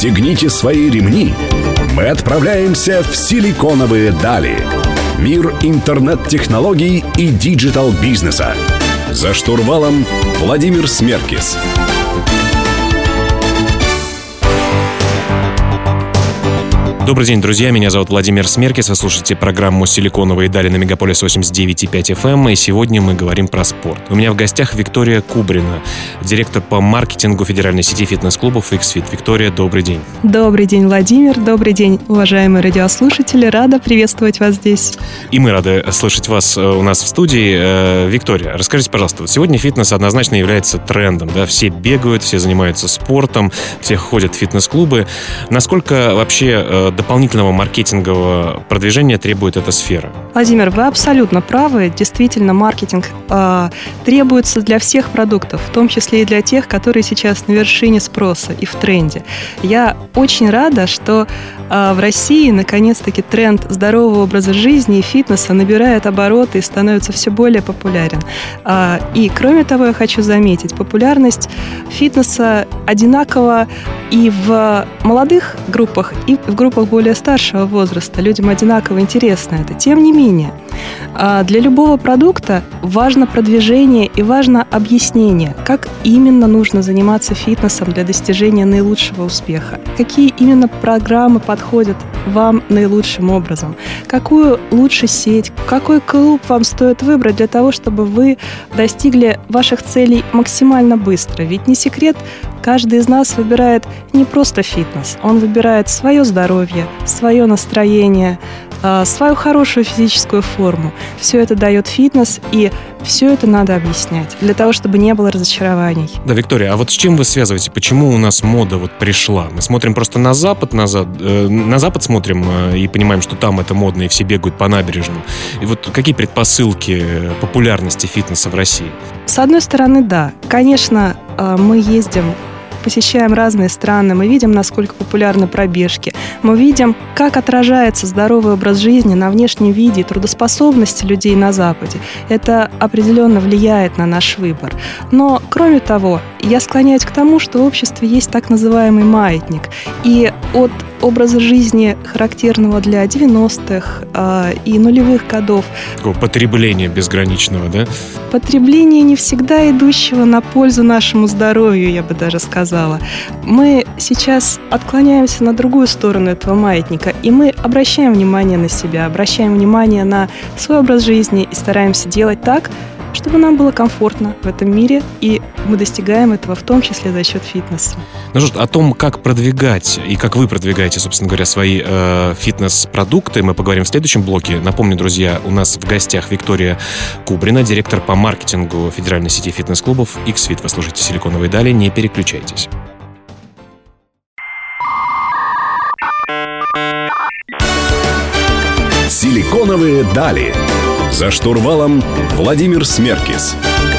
Пристегните свои ремни. Мы отправляемся в силиконовые дали. Мир интернет-технологий и диджитал-бизнеса. За штурвалом Владимир Смеркис. Добрый день, друзья. Меня зовут Владимир Смеркис. Вы слушаете программу «Силиконовые дали» на Мегаполис 89,5 FM. И сегодня мы говорим про спорт. У меня в гостях Виктория Кубрина, директор по маркетингу федеральной сети фитнес-клубов X-Fit. Виктория, добрый день. Добрый день, Владимир. Добрый день, уважаемые радиослушатели. Рада приветствовать вас здесь. И мы рады слышать вас у нас в студии. Виктория, расскажите, пожалуйста, вот сегодня фитнес однозначно является трендом. Да? Все бегают, все занимаются спортом, все ходят в фитнес-клубы. Насколько вообще дополнительного маркетингового продвижения требует эта сфера? Владимир, вы абсолютно правы. Действительно, маркетинг требуется для всех продуктов, в том числе и для тех, которые сейчас на вершине спроса и в тренде. Я очень рада, что в России наконец-таки тренд здорового образа жизни и фитнеса набирает обороты и становится все более популярен. И кроме того, я хочу заметить, популярность фитнеса одинакова и в молодых группах, и в группах более старшего возраста. Людям одинаково интересно это. Тем не менее, для любого продукта важно продвижение и важно объяснение, как именно нужно заниматься фитнесом для достижения наилучшего успеха, какие именно программы подходят вам наилучшим образом, какую лучше сеть, какой клуб вам стоит выбрать для того, чтобы вы достигли ваших целей максимально быстро. Ведь не секрет, каждый из нас выбирает не просто фитнес, он выбирает свое здоровье, свое настроение, свою хорошую физическую форму. Все это дает фитнес, и все это надо объяснять, для того, чтобы не было разочарований. Да, Виктория, а вот с чем вы связываете? Почему у нас мода вот пришла? Мы смотрим просто на Запад смотрим и понимаем, что там это модно, и все бегают по набережным. И вот какие предпосылки популярности фитнеса в России? С одной стороны, да. Конечно, мы ездим, посещаем разные страны, мы видим, насколько популярны пробежки, мы видим, как отражается здоровый образ жизни на внешнем виде и трудоспособности людей на Западе. Это определенно влияет на наш выбор. Но, кроме того, я склоняюсь к тому, что в обществе есть так называемый маятник. И от образа жизни, характерного для 90-х и нулевых годов. Такого потребления безграничного, да? Потребление не всегда идущего на пользу нашему здоровью, я бы даже сказала. Мы сейчас отклоняемся на другую сторону этого маятника, и мы обращаем внимание на себя, обращаем внимание на свой образ жизни и стараемся делать так, чтобы нам было комфортно в этом мире, и мы достигаем этого в том числе за счет фитнеса. Ну что ж, о том, как продвигать и как вы продвигаете, собственно говоря, свои фитнес-продукты, мы поговорим в следующем блоке. Напомню, друзья, у нас в гостях Виктория Кубрина, директор по маркетингу федеральной сети фитнес-клубов X-Fit. Вы слушаете «Силиконовые дали», не переключайтесь. «Силиконовые дали». За штурвалом Владимир Смеркис.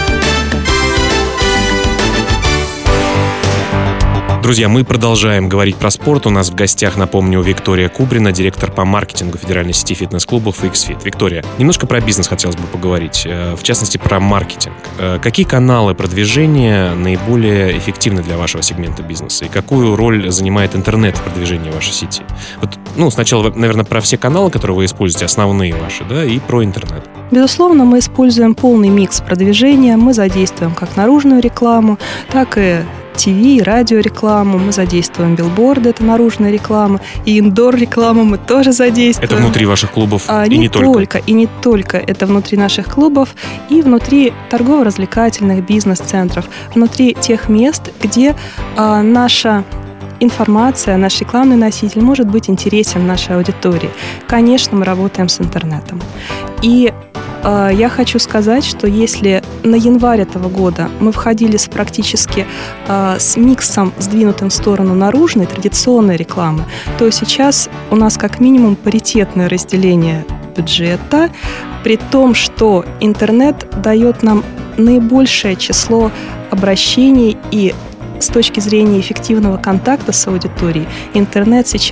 Друзья, мы продолжаем говорить про спорт. У нас в гостях, напомню, Виктория Кубрина, директор по маркетингу федеральной сети фитнес-клубов X-Fit. Виктория, немножко про бизнес хотелось бы поговорить, в частности, про маркетинг. Какие каналы продвижения наиболее эффективны для вашего сегмента бизнеса? И какую роль занимает интернет в продвижении вашей сети? Вот, сначала, наверное, про все каналы, которые вы используете, основные ваши, да, и про интернет. Безусловно, мы используем полный микс продвижения. Мы задействуем как наружную рекламу, так и ТВ и радиорекламу, мы задействуем билборды, это наружная реклама, и индор-рекламу мы тоже задействуем. Это внутри ваших клубов и не только? И не только. Это внутри наших клубов и внутри торгово-развлекательных бизнес-центров, внутри тех мест, где наша информация, наш рекламный носитель может быть интересен нашей аудитории. Конечно, мы работаем с интернетом. И я хочу сказать, что если на январь этого года мы входили практически с миксом, сдвинутым в сторону наружной, традиционной рекламы, то сейчас у нас как минимум паритетное разделение бюджета, при том, что интернет дает нам наибольшее число обращений, и с точки зрения эффективного контакта с аудиторией интернет сейчас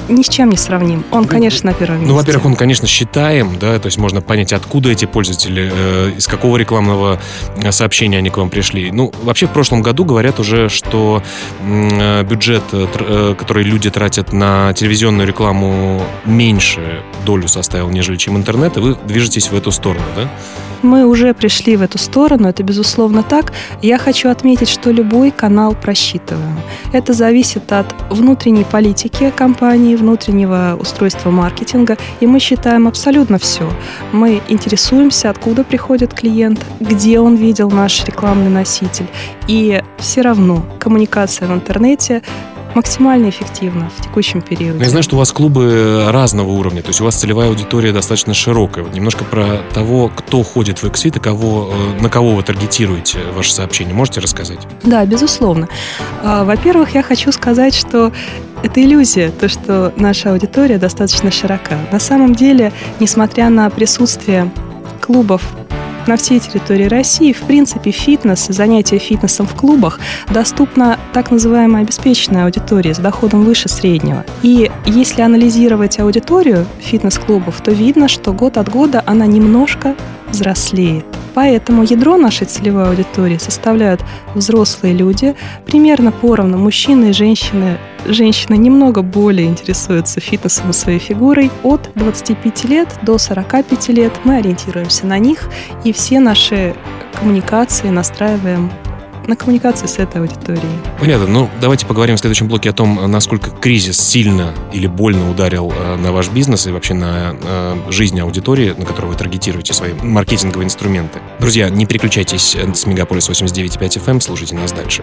ни с чем не сравним. Он, конечно, на первом месте. Ну, во-первых, он, конечно, считаем, да, то есть можно понять, откуда эти пользователи, из какого рекламного сообщения они к вам пришли. Ну, вообще, в прошлом году говорят уже, что бюджет, который люди тратят на телевизионную рекламу, меньше долю составил, нежели чем интернет, и вы движетесь в эту сторону, да? Мы уже пришли в эту сторону, это безусловно так. Я хочу отметить, что любой канал просчитываем. Это зависит от внутренней политики компании, внутреннего устройства маркетинга, и мы считаем абсолютно все. Мы интересуемся, откуда приходит клиент, где он видел наш рекламный носитель, и все равно коммуникация в интернете максимально эффективно в текущем периоде. Я знаю, что у вас клубы разного уровня, то есть у вас целевая аудитория достаточно широкая. Вот немножко про того, кто ходит в XFIT и на кого вы таргетируете ваши сообщения. Можете рассказать? Да, безусловно. Во-первых, я хочу сказать, что это иллюзия, то, что наша аудитория достаточно широка. На самом деле, несмотря на присутствие клубов на всей территории России, в принципе, фитнес, занятия фитнесом в клубах доступна так называемая обеспеченная аудитория с доходом выше среднего. И если анализировать аудиторию фитнес-клубов, то видно, что год от года она немножко взрослеет. Поэтому ядро нашей целевой аудитории составляют взрослые люди, примерно поровну мужчины и женщины. Женщины немного более интересуются фитнесом и своей фигурой. От 25 лет до 45 лет мы ориентируемся на них, и все наши коммуникации настраиваем на коммуникации с этой аудиторией. Понятно. Ну, давайте поговорим в следующем блоке о том, насколько кризис сильно или больно ударил на ваш бизнес и вообще на жизнь аудитории, на которую вы таргетируете свои маркетинговые инструменты. Друзья, не переключайтесь с Мегаполис 89.5 FM, слушайте нас дальше.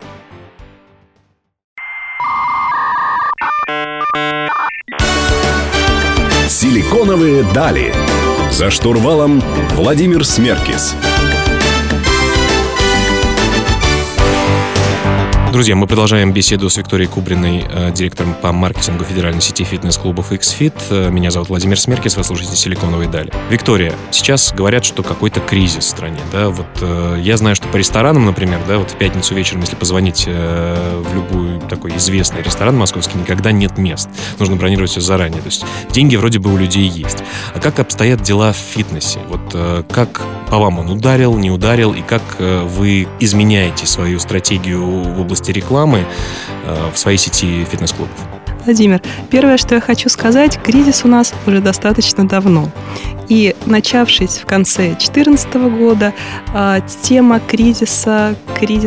Силиконовые дали. За штурвалом Владимир Смеркис. Друзья, мы продолжаем беседу с Викторией Кубриной, директором по маркетингу федеральной сети фитнес-клубов XFIT. Меня зовут Владимир Смеркис, вы слушаете «Силиконовые дали». Виктория, сейчас говорят, что какой-то кризис в стране, да, вот я знаю, что по ресторанам, например, да, вот в пятницу вечером, если позвонить в любой такой известный ресторан московский, никогда нет мест, нужно бронировать все заранее, то есть деньги вроде бы у людей есть. А как обстоят дела в фитнесе? Вот как по вам он ударил, не ударил, и как вы изменяете свою стратегию в области рекламы в своей сети фитнес-клубов? Владимир, первое, что я хочу сказать, кризис у нас уже достаточно давно. И начавшись в конце 2014 года, тема кризиса,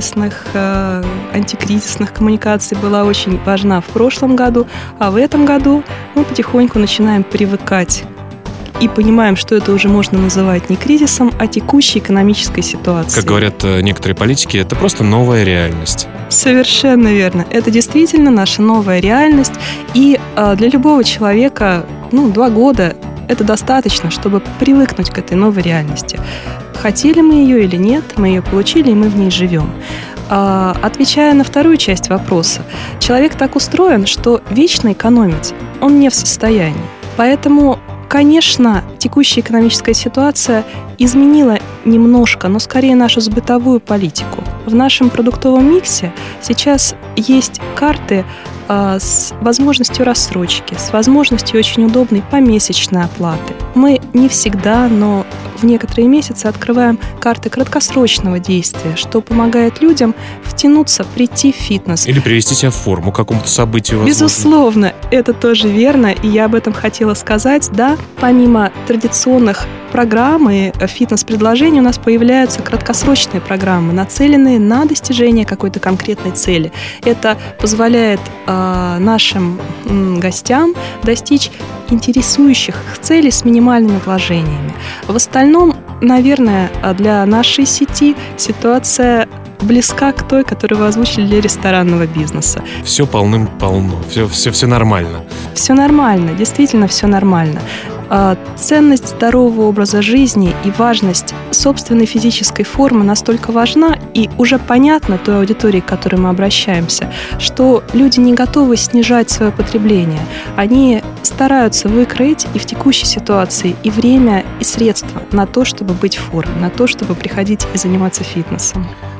антикризисных коммуникаций была очень важна в прошлом году, а в этом году мы потихоньку начинаем привыкать и понимаем, что это уже можно называть не кризисом, а текущей экономической ситуацией. Как говорят некоторые политики, это просто новая реальность. Совершенно верно. Это действительно наша новая реальность. И для любого человека 2 года это достаточно, чтобы привыкнуть к этой новой реальности. Хотели мы ее или нет, мы ее получили, и мы в ней живем. Отвечая на вторую часть вопроса, человек так устроен, что вечно экономить он не в состоянии. Поэтому, конечно, текущая экономическая ситуация изменила немножко, но скорее нашу бытовую политику. В нашем продуктовом миксе сейчас есть карты с возможностью рассрочки, с возможностью очень удобной помесячной оплаты. Мы не всегда, но в некоторые месяцы открываем карты краткосрочного действия, что помогает людям втянуться, прийти в фитнес. Или привести себя в форму к какому-то событию. Возможно. Безусловно, это тоже верно, и я об этом хотела сказать. Да, помимо традиционных программ и фитнес-предложений у нас появляются краткосрочные программы, нацеленные на достижение какой-то конкретной цели. Это позволяет нашим гостям достичь интересующих их целей с минимальными вложениями. В остальном, наверное, для нашей сети ситуация близка к той, которую вы озвучили для ресторанного бизнеса. Все полным-полно, все нормально. Все нормально, действительно все нормально. Ценность здорового образа жизни и важность собственной физической формы настолько важна, и уже понятно той аудитории, к которой мы обращаемся, что люди не готовы снижать свое потребление. Они стараются выкроить и в текущей ситуации и время, и средства на то, чтобы быть в форме, на то, чтобы приходить и заниматься фитнесом.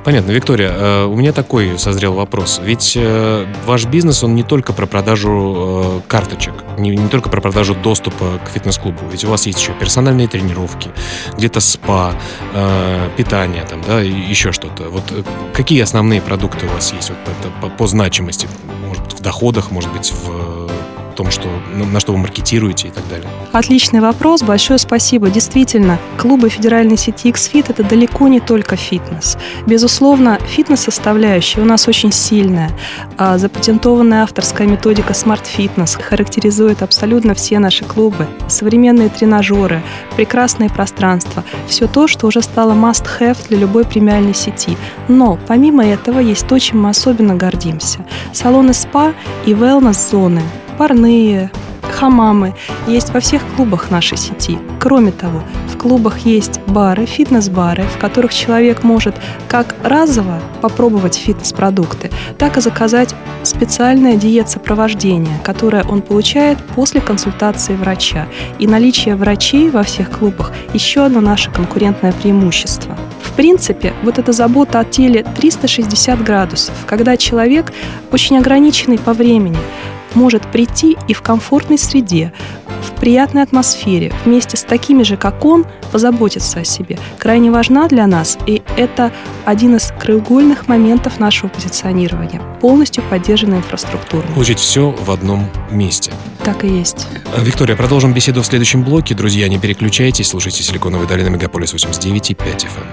Понятно. Виктория, у меня такой созрел вопрос. Ведь ваш бизнес, он не только про продажу карточек, не только про продажу доступа к фитнес-клубу. Ведь у вас есть еще персональные тренировки, где-то спа, питание, там, да, и еще что-то. Вот какие основные продукты у вас есть вот по значимости? Может быть, в доходах, может быть, в том, что, на что вы маркетируете и так далее? Отличный вопрос, большое спасибо. Действительно, клубы федеральной сети X-Fit – это далеко не только фитнес. Безусловно, фитнес-составляющая у нас очень сильная. Запатентованная авторская методика Smart Fitness характеризует абсолютно все наши клубы. Современные тренажеры, прекрасные пространства – все то, что уже стало must-have для любой премиальной сети. Но помимо этого есть то, чем мы особенно гордимся. Салоны спа и wellness-зоны, парные, хамамы есть во всех клубах нашей сети. Кроме того, в клубах есть бары, фитнес-бары, в которых человек может как разово попробовать фитнес-продукты, так и заказать специальное диет-сопровождение, которое он получает после консультации врача. И наличие врачей во всех клубах – еще одно наше конкурентное преимущество. В принципе, вот эта забота о теле 360 градусов, когда человек, очень ограниченный по времени, может прийти и в комфортной среде, в приятной атмосфере, вместе с такими же, как он, позаботиться о себе, крайне важна для нас, и это один из краеугольных моментов нашего позиционирования. Полностью поддержанная инфраструктура. Получить все в одном месте. Так и есть. Виктория, продолжим беседу в следующем блоке. Друзья, не переключайтесь, слушайте «Силиконовые дали» на Мегаполис 89,5 FM.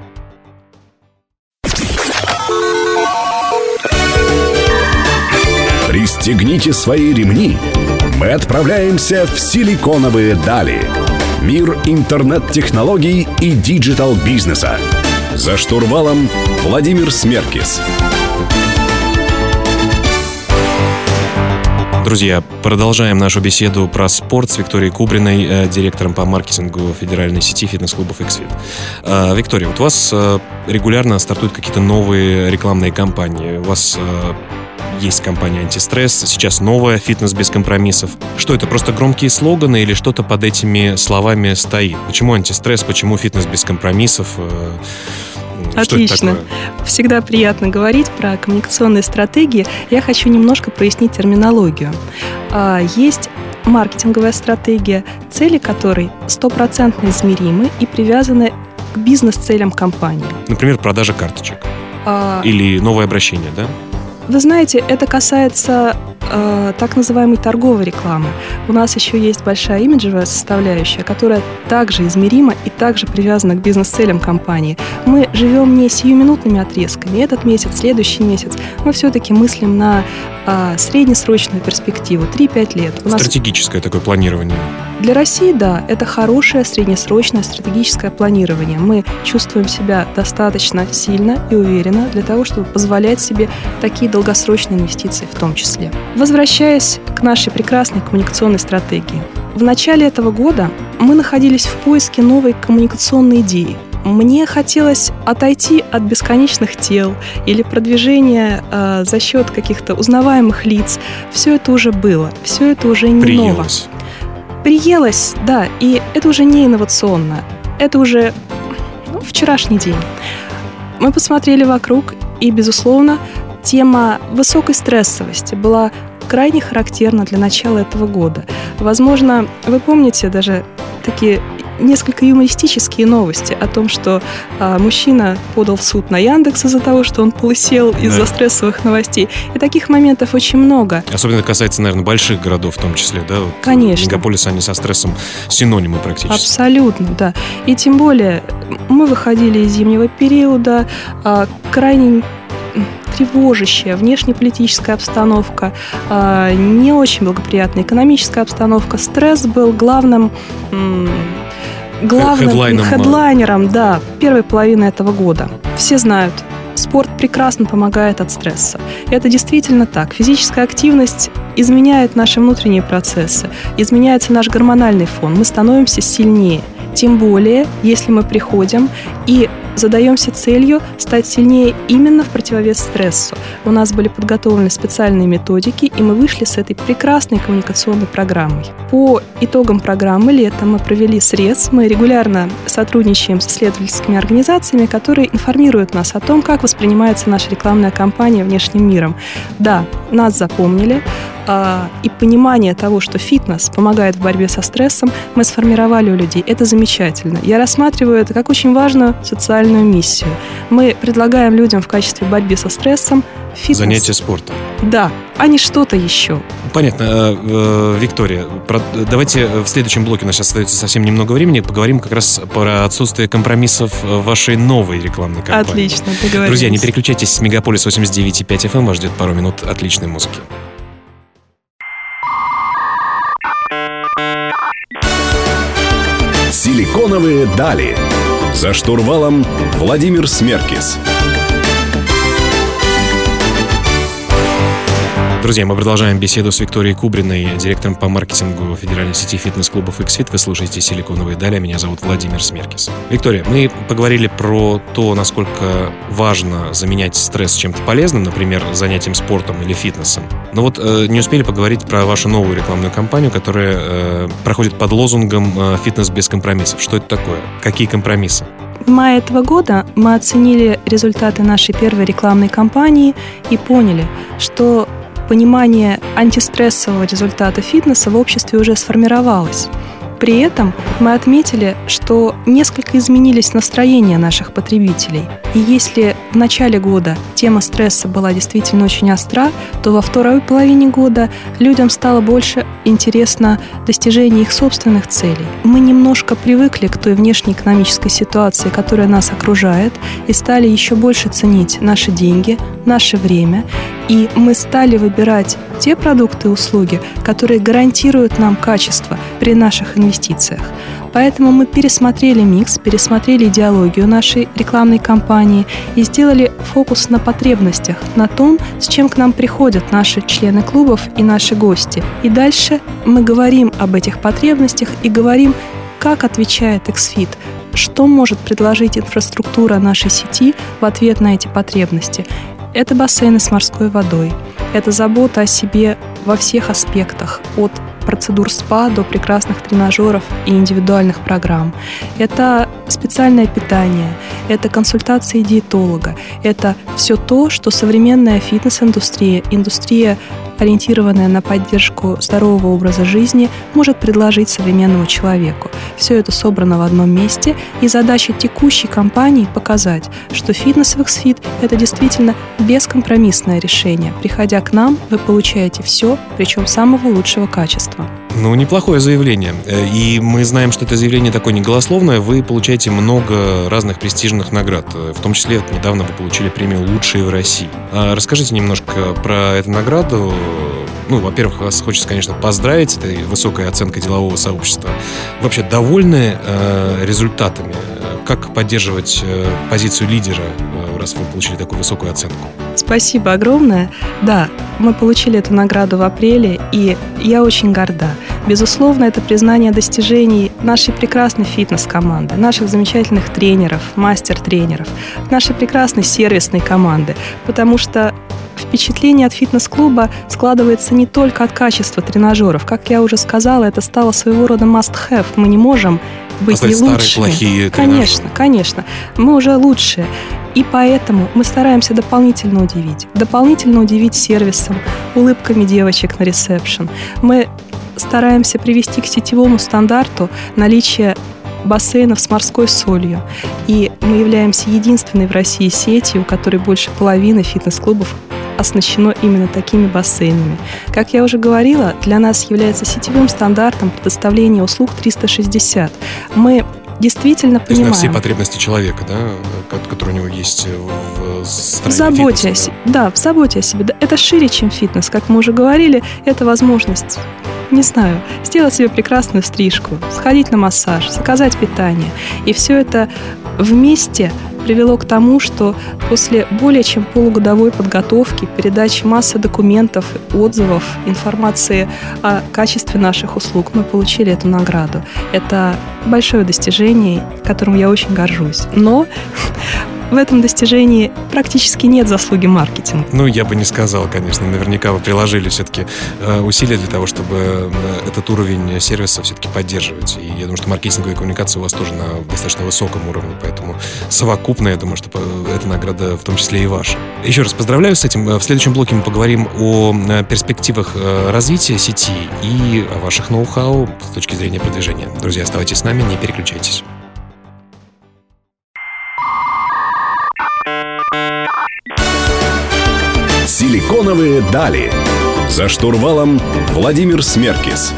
Пристегните свои ремни. Мы отправляемся в Силиконовые дали. Мир интернет-технологий и диджитал-бизнеса. За штурвалом Владимир Смеркис. Друзья, продолжаем нашу беседу про спорт с Викторией Кубриной, директором по маркетингу федеральной сети фитнес-клубов X-Fit. Виктория, вот у вас регулярно стартуют какие-то новые рекламные кампании. У вас есть компания «Антистресс», сейчас новая «Фитнес без компромиссов». Что это, просто громкие слоганы или что-то под этими словами стоит? Почему «Антистресс», почему «Фитнес без компромиссов»? Отлично. Всегда приятно говорить про коммуникационные стратегии. Я хочу немножко прояснить терминологию. Есть маркетинговая стратегия, цели которой 100% измеримы и привязаны к бизнес-целям компании. Например, продажа карточек. Или новое обращение, да? Вы знаете, это касается так называемой торговой рекламы. У нас еще есть большая имиджевая составляющая, которая также измерима и также привязана к бизнес-целям компании. Мы живем не сиюминутными отрезками. Этот месяц, следующий месяц. Мы все-таки мыслим на среднесрочную перспективу, 3-5 лет. Стратегическое такое планирование. Для России, да, это хорошее среднесрочное стратегическое планирование. Мы чувствуем себя достаточно сильно и уверенно для того, чтобы позволять себе такие долгосрочные инвестиции в том числе. Возвращаясь к нашей прекрасной коммуникационной стратегии. В начале этого года мы находились в поиске новой коммуникационной идеи. Мне хотелось отойти от бесконечных тел или продвижения за счет каких-то узнаваемых лиц. Все это уже было, все это уже не ново. Приелось, да, и это уже не инновационно. Это уже вчерашний день. Мы посмотрели вокруг, и, безусловно, тема высокой стрессовости была крайне характерна для начала этого года. Возможно, вы помните даже такие несколько юмористические новости о том, что мужчина подал в суд на Яндекс из-за того, что он полысел из-за стрессовых новостей. И таких моментов очень много. Особенно это касается, наверное, больших городов в том числе, да? Вот конечно. Мегаполисы, они со стрессом синонимы практически. Абсолютно, да. И тем более мы выходили из зимнего периода, крайне тревожащая внешнеполитическая обстановка, не очень благоприятная экономическая обстановка. Стресс был главным хедлайнером, да, первой половины этого года. Все знают, спорт прекрасно помогает от стресса. Это действительно так. Физическая активность изменяет наши внутренние процессы, изменяется наш гормональный фон, мы становимся сильнее. Тем более, если мы приходим и задаемся целью стать сильнее именно в противовес стрессу. У нас были подготовлены специальные методики, и мы вышли с этой прекрасной коммуникационной программой. По итогам программы летом мы провели срез. Мы регулярно сотрудничаем с исследовательскими организациями, которые информируют нас о том, как воспринимается наша рекламная кампания внешним миром. Да, нас запомнили, и понимание того, что фитнес помогает в борьбе со стрессом, мы сформировали у людей. Это замечательно. Я рассматриваю это как очень важную социальную миссию. Мы предлагаем людям в качестве борьбы со стрессом фитнес. Занятия спортом. Да, а не что-то еще. Понятно. Виктория, давайте в следующем блоке, у нас сейчас остается совсем немного времени, поговорим как раз про отсутствие компромиссов в вашей новой рекламной кампании. Отлично, договорились. Друзья, не переключайтесь, с Мегаполис 89.5 FM вас ждет пару минут отличной музыки. Силиконовые дали. За штурвалом Владимир Смеркис. Друзья, мы продолжаем беседу с Викторией Кубриной, директором по маркетингу федеральной сети фитнес-клубов XFIT. Вы слушаете «Силиконовые дали», а меня зовут Владимир Смеркис. Виктория, мы поговорили про то, насколько важно заменять стресс чем-то полезным, например, занятием спортом или фитнесом. Но вот не успели поговорить про вашу новую рекламную кампанию, которая проходит под лозунгом «Фитнес без компромиссов». Что это такое? Какие компромиссы? В мае этого года мы оценили результаты нашей первой рекламной кампании и поняли, что понимание антистрессового результата фитнеса в обществе уже сформировалось. При этом мы отметили, что несколько изменились настроения наших потребителей. И если в начале года тема стресса была действительно очень остра, то во второй половине года людям стало больше интересно достижение их собственных целей. Мы немножко привыкли к той внешнеэкономической ситуации, которая нас окружает, и стали еще больше ценить наши деньги, наше время. И мы стали выбирать те продукты и услуги, которые гарантируют нам качество при наших инвестициях. Поэтому мы пересмотрели микс, пересмотрели идеологию нашей рекламной кампании и сделали фокус на потребностях, на том, с чем к нам приходят наши члены клубов и наши гости. И дальше мы говорим об этих потребностях и говорим, как отвечает XFIT, что может предложить инфраструктура нашей сети в ответ на эти потребности. Это бассейны с морской водой, это забота о себе во всех аспектах, от процедур СПА до прекрасных тренажеров и индивидуальных программ. Это специальное питание, это консультации диетолога, это все то, что современная фитнес-индустрия, индустрия, ориентированная на поддержку здорового образа жизни, может предложить современному человеку. Все это собрано в одном месте, и задача текущей кампании показать, что фитнес в XFIT – это действительно бескомпромиссное решение. Приходя к нам, вы получаете все, причем самого лучшего качества. Ну, неплохое заявление. И мы знаем, что это заявление такое не голословное. Вы получаете много разных престижных наград. В том числе, недавно вы получили премию «Лучшие в России». Расскажите немножко про эту награду. Ну, во-первых, вас хочется, конечно, поздравить с этой высокой оценкой делового сообщества. Вообще, довольны результатами? Как поддерживать позицию лидера, раз вы получили такую высокую оценку? Спасибо огромное. Да, мы получили эту награду в апреле, и я очень горда. Безусловно, это признание достижений нашей прекрасной фитнес-команды, наших замечательных тренеров, мастер-тренеров, нашей прекрасной сервисной команды, потому что впечатление от фитнес-клуба складывается не только от качества тренажеров. Как я уже сказала, это стало своего рода must-have. Мы не можем быть не лучшими. Старые, плохие тренажеры. Конечно. Мы уже лучшие. И поэтому мы стараемся дополнительно удивить сервисом, улыбками девочек на ресепшн. Мы стараемся привести к сетевому стандарту наличие бассейнов с морской солью. И мы являемся единственной в России сетью, у которой больше половины фитнес-клубов оснащено именно такими бассейнами. Как я уже говорила, для нас является сетевым стандартом предоставления услуг 360. Мы действительно понимаем. На все потребности человека, да, которые у него есть в стране. В заботе о себе. Это шире, чем фитнес. Как мы уже говорили, это возможность, не знаю, сделать себе прекрасную стрижку, сходить на массаж, заказать питание. И все это вместе привело к тому, что после более чем полугодовой подготовки, передачи массы документов, отзывов, информации о качестве наших услуг, мы получили эту награду. Это большое достижение, которым я очень горжусь. Но в этом достижении практически нет заслуги маркетинга. Я бы не сказал, конечно. Наверняка вы приложили все-таки усилия для того, чтобы этот уровень сервиса все-таки поддерживать. И я думаю, что маркетинговая коммуникация у вас тоже на достаточно высоком уровне. Поэтому совокупно, я думаю, что эта награда в том числе и ваша. Еще раз поздравляю с этим. В следующем блоке мы поговорим о перспективах развития сети и о ваших ноу-хау с точки зрения продвижения. Друзья, оставайтесь с нами, не переключайтесь. Силиконовые дали. За штурвалом Владимир Смеркис.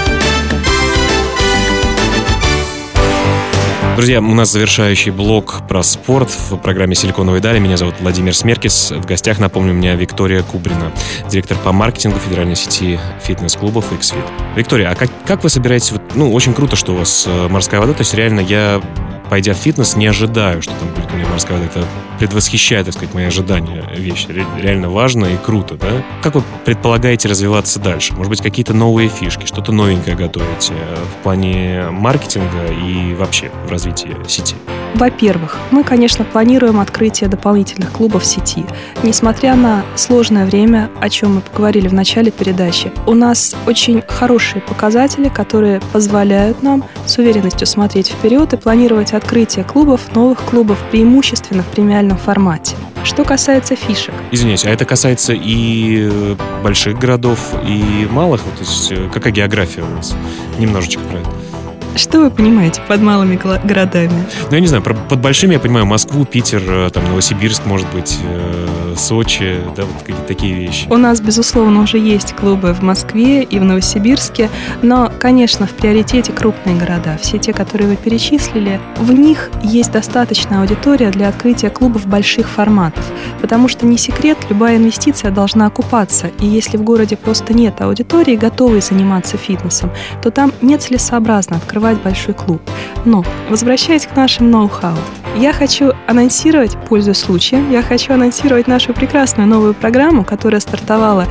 Друзья, у нас завершающий блок про спорт в программе «Силиконовые дали». Меня зовут Владимир Смеркис. В гостях, напомню, у меня Виктория Кубрина, директор по маркетингу федеральной сети фитнес-клубов XFIT. Виктория, а как вы собираетесь... очень круто, что у вас морская вода. То есть реально я, пойдя в фитнес, не ожидаю, что там будет у меня морская вода. Это предвосхищает, так сказать, мои ожидания вещи. Реально важно и круто, да? Как вы предполагаете развиваться дальше? Может быть, какие-то новые фишки, что-то новенькое готовите в плане маркетинга и вообще в развитии сети? Во-первых, мы, конечно, планируем открытие дополнительных клубов в сети. Несмотря на сложное время, о чем мы поговорили в начале передачи, у нас очень хорошие показатели, которые позволяют нам с уверенностью смотреть вперед и планировать открытие новых клубов, преимущественно в премиальном формате. Что касается фишек. Извините, а это касается и больших городов, и малых? То есть какая география у вас? Немножечко про это. Что вы понимаете под малыми городами? Я не знаю, под большими я понимаю Москву, Питер, там, Новосибирск, может быть, Сочи, да, вот какие-то такие вещи. У нас, безусловно, уже есть клубы в Москве и в Новосибирске, но, конечно, в приоритете крупные города. Все те, которые вы перечислили, в них есть достаточная аудитория для открытия клубов больших форматов, потому что не секрет, любая инвестиция должна окупаться, и если в городе просто нет аудитории, готовой заниматься фитнесом, то там нецелесообразно открывать большой клуб. Но, возвращаясь к нашим ноу-хау, я хочу анонсировать, пользуясь случаем, нашу прекрасную новую программу, которая стартовала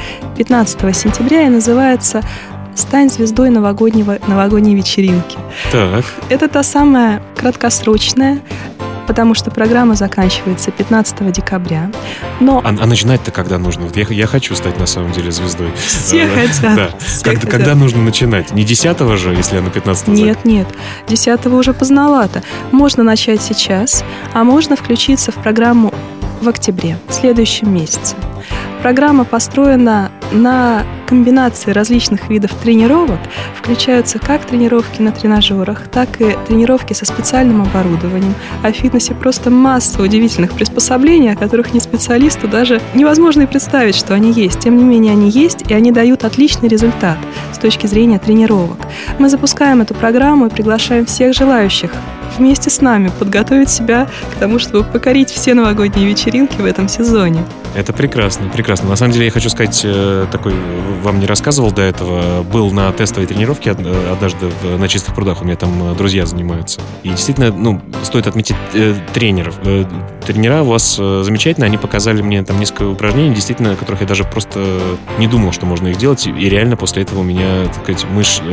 15 сентября и называется «Стань звездой новогодней вечеринки». Так. Это та самая краткосрочная, потому что программа заканчивается 15 декабря. Но... А начинать-то когда нужно? Вот я хочу стать на самом деле звездой. Все хотят. Да. Когда нужно начинать? Не 10-го же, если я на 15-го? Нет. 10-го уже поздновато. Можно начать сейчас, а можно включиться в программу в октябре, в следующем месяце. Программа построена на комбинации различных видов тренировок. Включаются как тренировки на тренажерах, так и тренировки со специальным оборудованием. А в фитнесе просто масса удивительных приспособлений, о которых не специалисту даже невозможно и представить, что они есть. Тем не менее, они есть, и они дают отличный результат с точки зрения тренировок. Мы запускаем эту программу и приглашаем всех желающих вместе с нами подготовить себя к тому, чтобы покорить все новогодние вечеринки в этом сезоне. Это прекрасно. На самом деле, я хочу сказать, такой, вам не рассказывал до этого, был на тестовой тренировке однажды на Чистых прудах, у меня там друзья занимаются. И действительно, стоит отметить тренеров. Тренера у вас замечательно, они показали мне там несколько упражнений, действительно, которых я даже просто не думал, что можно их делать, и реально после этого у меня, так сказать,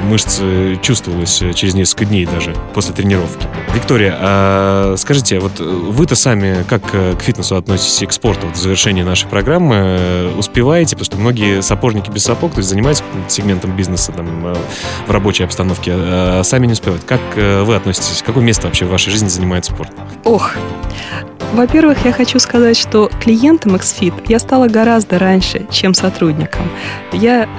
мышцы чувствовалось через несколько дней даже после тренировки. Виктория, а скажите, вот вы-то сами как к фитнесу относитесь и к спорту? Вот в завершении нашей программы успеваете, потому что многие сапожники без сапог, то есть занимаются каким-то сегментом бизнеса там, в рабочей обстановке, а сами не успевают. Как вы относитесь? Какое место вообще в вашей жизни занимает спорт? Во-первых, я хочу сказать, что клиентом XFIT я стала гораздо раньше, чем сотрудником. Я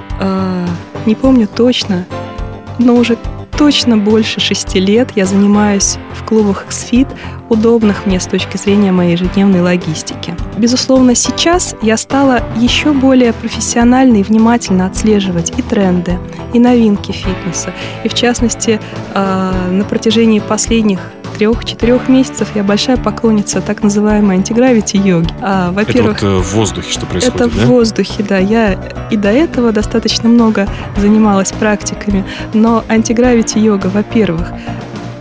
не помню точно, но уже точно больше 6 лет я занимаюсь в клубах XFIT, удобных мне с точки зрения моей ежедневной логистики. Безусловно, сейчас я стала еще более профессионально и внимательно отслеживать и тренды, и новинки фитнеса. И в частности, на протяжении последних 3-4 месяцев я большая поклонница так называемой антигравити-йоги. Во-первых, это вот в воздухе, что происходит, это в воздухе, да. Я и до этого достаточно много занималась практиками, но антигравити-йога, во-первых,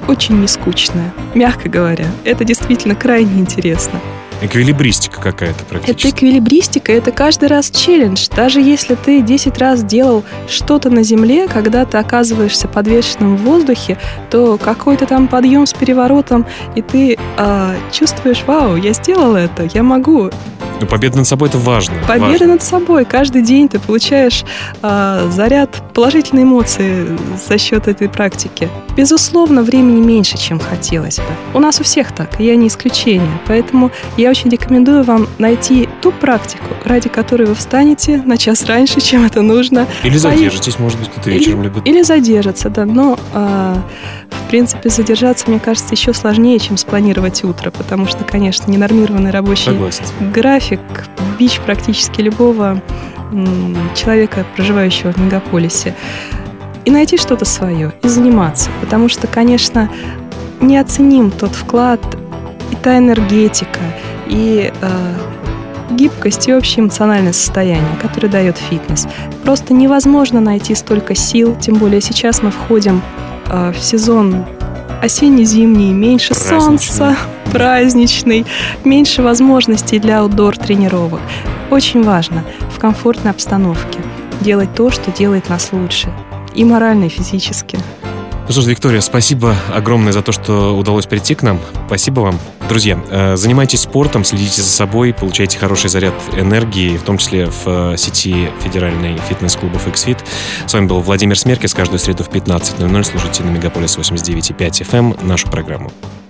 очень нескучная, мягко говоря. Это действительно крайне интересно. Эквилибристика какая-то практически. Это эквилибристика, это каждый раз челлендж. Даже если ты 10 раз делал что-то на земле, когда ты оказываешься подвешенным в воздухе, то какой-то там подъем с переворотом, и ты чувствуешь, вау, я сделал это, я могу. Но победа над собой — это важно. Победа над собой. Каждый день ты получаешь заряд положительной эмоции за счет этой практики. Безусловно, времени меньше, чем хотелось бы. У нас у всех так, я не исключение. Поэтому я очень рекомендую вам найти ту практику, ради которой вы встанете на час раньше, чем это нужно. Или задержитесь, может быть, кто-то вечером любит. Или задержаться, да. Но, в принципе, задержаться, мне кажется, еще сложнее, чем спланировать утро, потому что, конечно, ненормированный рабочий график — бич практически любого человека, проживающего в мегаполисе. И найти что-то свое, и заниматься. Потому что, конечно, неоценим тот вклад, и та энергетика, и гибкость, и общее эмоциональное состояние, которое дает фитнес. Просто невозможно найти столько сил, тем более сейчас мы входим в сезон осенне-зимний, меньше солнца, праздничный, меньше возможностей для аутдор-тренировок. Очень важно в комфортной обстановке делать то, что делает нас лучше. И морально, и физически. Ну что ж, Виктория, спасибо огромное за то, что удалось прийти к нам. Спасибо вам. Друзья, занимайтесь спортом, следите за собой, получайте хороший заряд энергии, в том числе в сети федеральной фитнес-клубов XFIT. С вами был Владимир Смеркис. Каждую среду в 15:00 слушайте на Мегаполис 89,5 FM нашу программу.